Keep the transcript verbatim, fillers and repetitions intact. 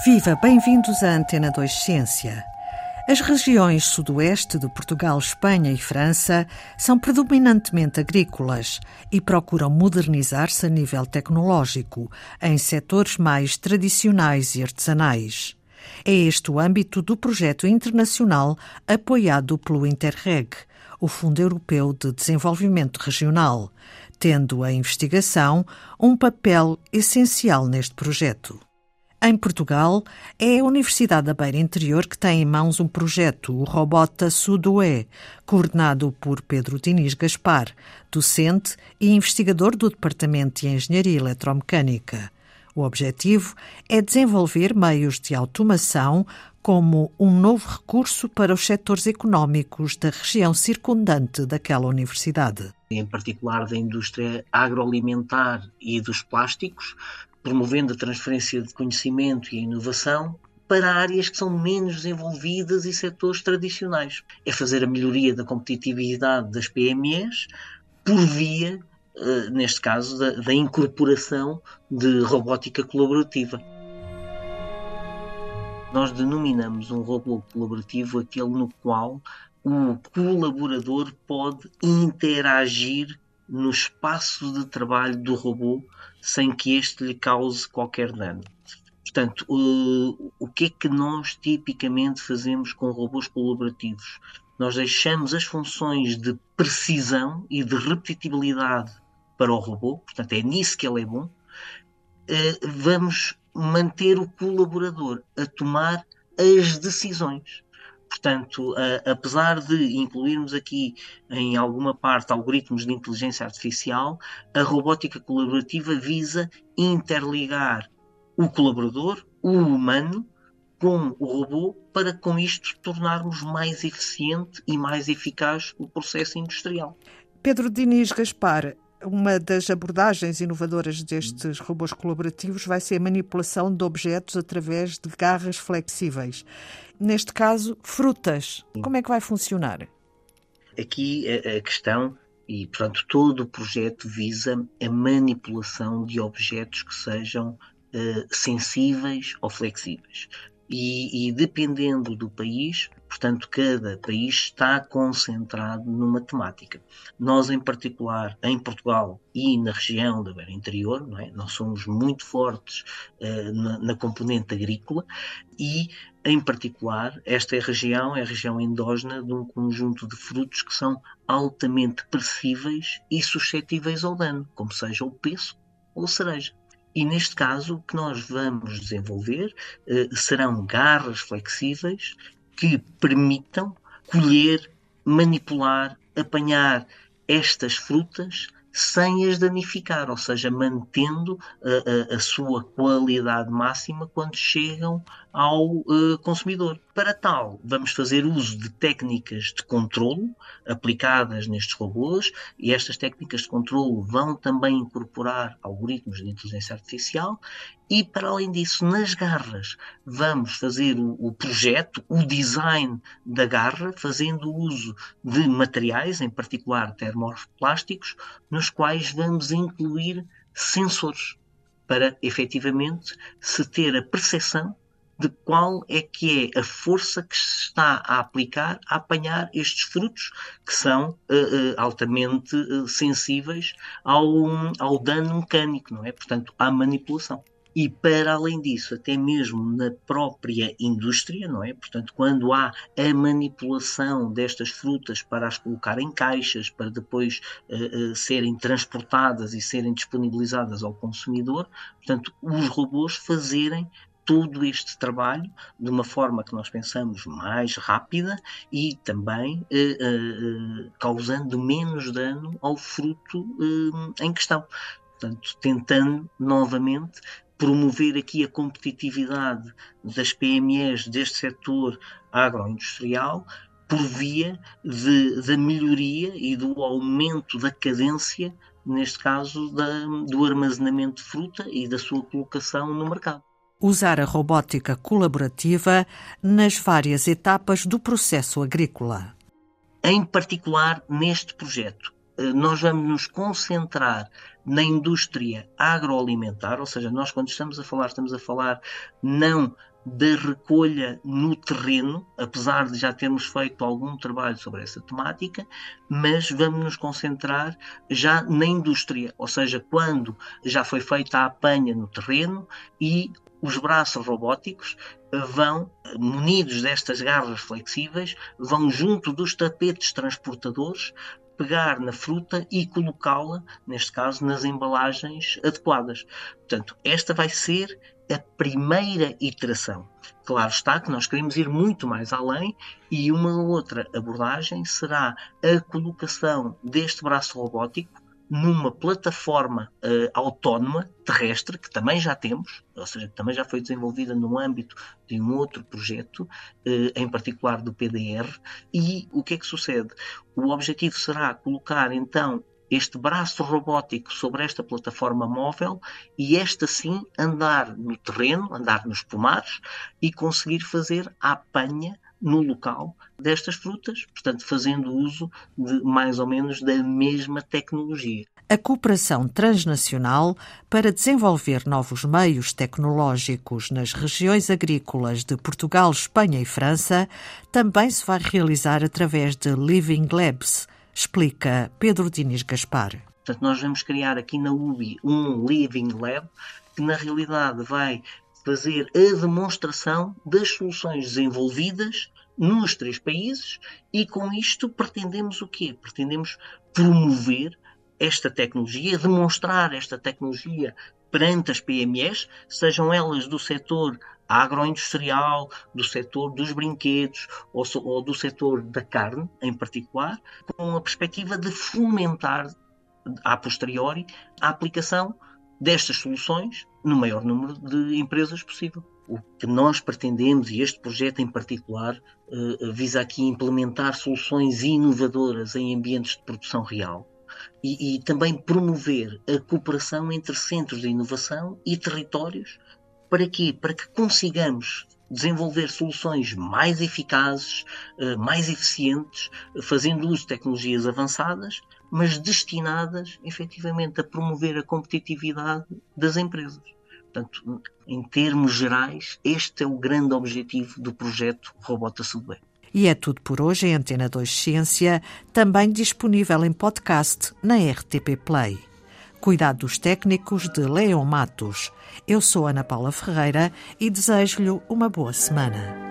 Viva, bem-vindos à Antena dois Ciência. As regiões sudoeste de Portugal, Espanha e França são predominantemente agrícolas e procuram modernizar-se a nível tecnológico, em setores mais tradicionais e artesanais. É este o âmbito do projeto internacional apoiado pelo Interreg, o Fundo Europeu de Desenvolvimento Regional, tendo a investigação um papel essencial neste projeto. Em Portugal, é a Universidade da Beira Interior que tem em mãos um projeto, o Robota Sudoé, coordenado por Pedro Diniz Gaspar, docente e investigador do Departamento de Engenharia Eletromecânica. O objetivo é desenvolver meios de automação como um novo recurso para os setores económicos da região circundante daquela universidade. Em particular da indústria agroalimentar e dos plásticos, promovendo a transferência de conhecimento e a inovação para áreas que são menos desenvolvidas e setores tradicionais. É fazer a melhoria da competitividade das P M Es por via, neste caso, da, da incorporação de robótica colaborativa. Nós denominamos um robô colaborativo aquele no qual o colaborador pode interagir no espaço de trabalho do robô sem que este lhe cause qualquer dano. Portanto, o, o que é que nós tipicamente fazemos com robôs colaborativos? Nós deixamos as funções de precisão e de repetibilidade para o robô, portanto é nisso que ele é bom. Vamos manter o colaborador a tomar as decisões. Portanto, a, apesar de incluirmos aqui em alguma parte algoritmos de inteligência artificial, a robótica colaborativa visa interligar o colaborador, o humano, com o robô para com isto tornarmos mais eficiente e mais eficaz o processo industrial. Pedro Diniz Gaspar, uma das abordagens inovadoras destes robôs colaborativos vai ser a manipulação de objetos através de garras flexíveis. Neste caso, frutas. Como é que vai funcionar? Aqui a, a questão, e portanto todo o projeto visa a manipulação de objetos que sejam uh, sensíveis ou flexíveis. E, e dependendo do país, portanto, cada país está concentrado numa temática. Nós, em particular, em Portugal e na região da Beira Interior, não é? Nós somos muito fortes uh, na, na componente agrícola e, em particular, esta região é a região endógena de um conjunto de frutos que são altamente perecíveis e suscetíveis ao dano, como seja o pêssego ou a cereja. E neste caso, o que nós vamos desenvolver eh, serão garras flexíveis que permitam colher, manipular, apanhar estas frutas sem as danificar, ou seja, mantendo a, a, a sua qualidade máxima quando chegam ao uh, consumidor. Para tal, vamos fazer uso de técnicas de controlo aplicadas nestes robôs e estas técnicas de controlo vão também incorporar algoritmos de inteligência artificial e, para além disso, nas garras, vamos fazer o, o projeto, o design da garra, fazendo uso de materiais, em particular termoplásticos, nos quais vamos incluir sensores para, efetivamente, se ter a percepção de qual é que é a força que se está a aplicar a apanhar estes frutos que são uh, uh, altamente uh, sensíveis ao, ao dano mecânico, não é? Portanto, à manipulação. E para além disso, até mesmo na própria indústria, não é? Portanto, quando há a manipulação destas frutas para as colocar em caixas, para depois uh, uh, serem transportadas e serem disponibilizadas ao consumidor, portanto, os robôs fazerem todo este trabalho de uma forma que nós pensamos mais rápida e também eh, eh, causando menos dano ao fruto eh, em questão. Portanto, tentando novamente promover aqui a competitividade das P M Es deste setor agroindustrial por via de, da melhoria e do aumento da cadência, neste caso, da, do armazenamento de fruta e da sua colocação no mercado. Usar a robótica colaborativa nas várias etapas do processo agrícola. Em particular, neste projeto, nós vamos nos concentrar na indústria agroalimentar, ou seja, nós quando estamos a falar, estamos a falar não da recolha no terreno, apesar de já termos feito algum trabalho sobre essa temática, mas vamos nos concentrar já na indústria, ou seja, quando já foi feita a apanha no terreno e os braços robóticos vão, munidos destas garras flexíveis, vão junto dos tapetes transportadores pegar na fruta e colocá-la, neste caso, nas embalagens adequadas. Portanto, esta vai ser a primeira iteração. Claro está que nós queremos ir muito mais além e uma outra abordagem será a colocação deste braço robótico numa plataforma uh, autónoma terrestre, que também já temos, ou seja, que também já foi desenvolvida no âmbito de um outro projeto, uh, em particular do P D R, e o que é que sucede? O objetivo será colocar, então, este braço robótico sobre esta plataforma móvel e esta sim andar no terreno, andar nos pomares e conseguir fazer a apanha no local destas frutas, portanto fazendo uso de mais ou menos da mesma tecnologia. A cooperação transnacional para desenvolver novos meios tecnológicos nas regiões agrícolas de Portugal, Espanha e França também se vai realizar através de Living Labs, explica Pedro Diniz Gaspar. Portanto, nós vamos criar aqui na U B I um Living Lab que na realidade vai fazer a demonstração das soluções desenvolvidas nos três países e com isto pretendemos o quê? Pretendemos promover esta tecnologia, demonstrar esta tecnologia perante as P M Es, sejam elas do setor agroindustrial, do setor dos brinquedos ou, ou do setor da carne em particular, com a perspectiva de fomentar a posteriori a aplicação destas soluções no maior número de empresas possível. O que nós pretendemos, e este projeto em particular, uh, visa aqui implementar soluções inovadoras em ambientes de produção real e, e também promover a cooperação entre centros de inovação e territórios. Para quê? Para que consigamos desenvolver soluções mais eficazes, uh, mais eficientes, fazendo uso de tecnologias avançadas, mas destinadas, efetivamente, a promover a competitividade das empresas. Portanto, em termos gerais, este é o grande objetivo do projeto Robota Sudway. E é tudo por hoje em Antena dois Ciência, também disponível em podcast na R T P Play. Cuidado dos técnicos de Leon Matos. Eu sou Ana Paula Ferreira e desejo-lhe uma boa semana.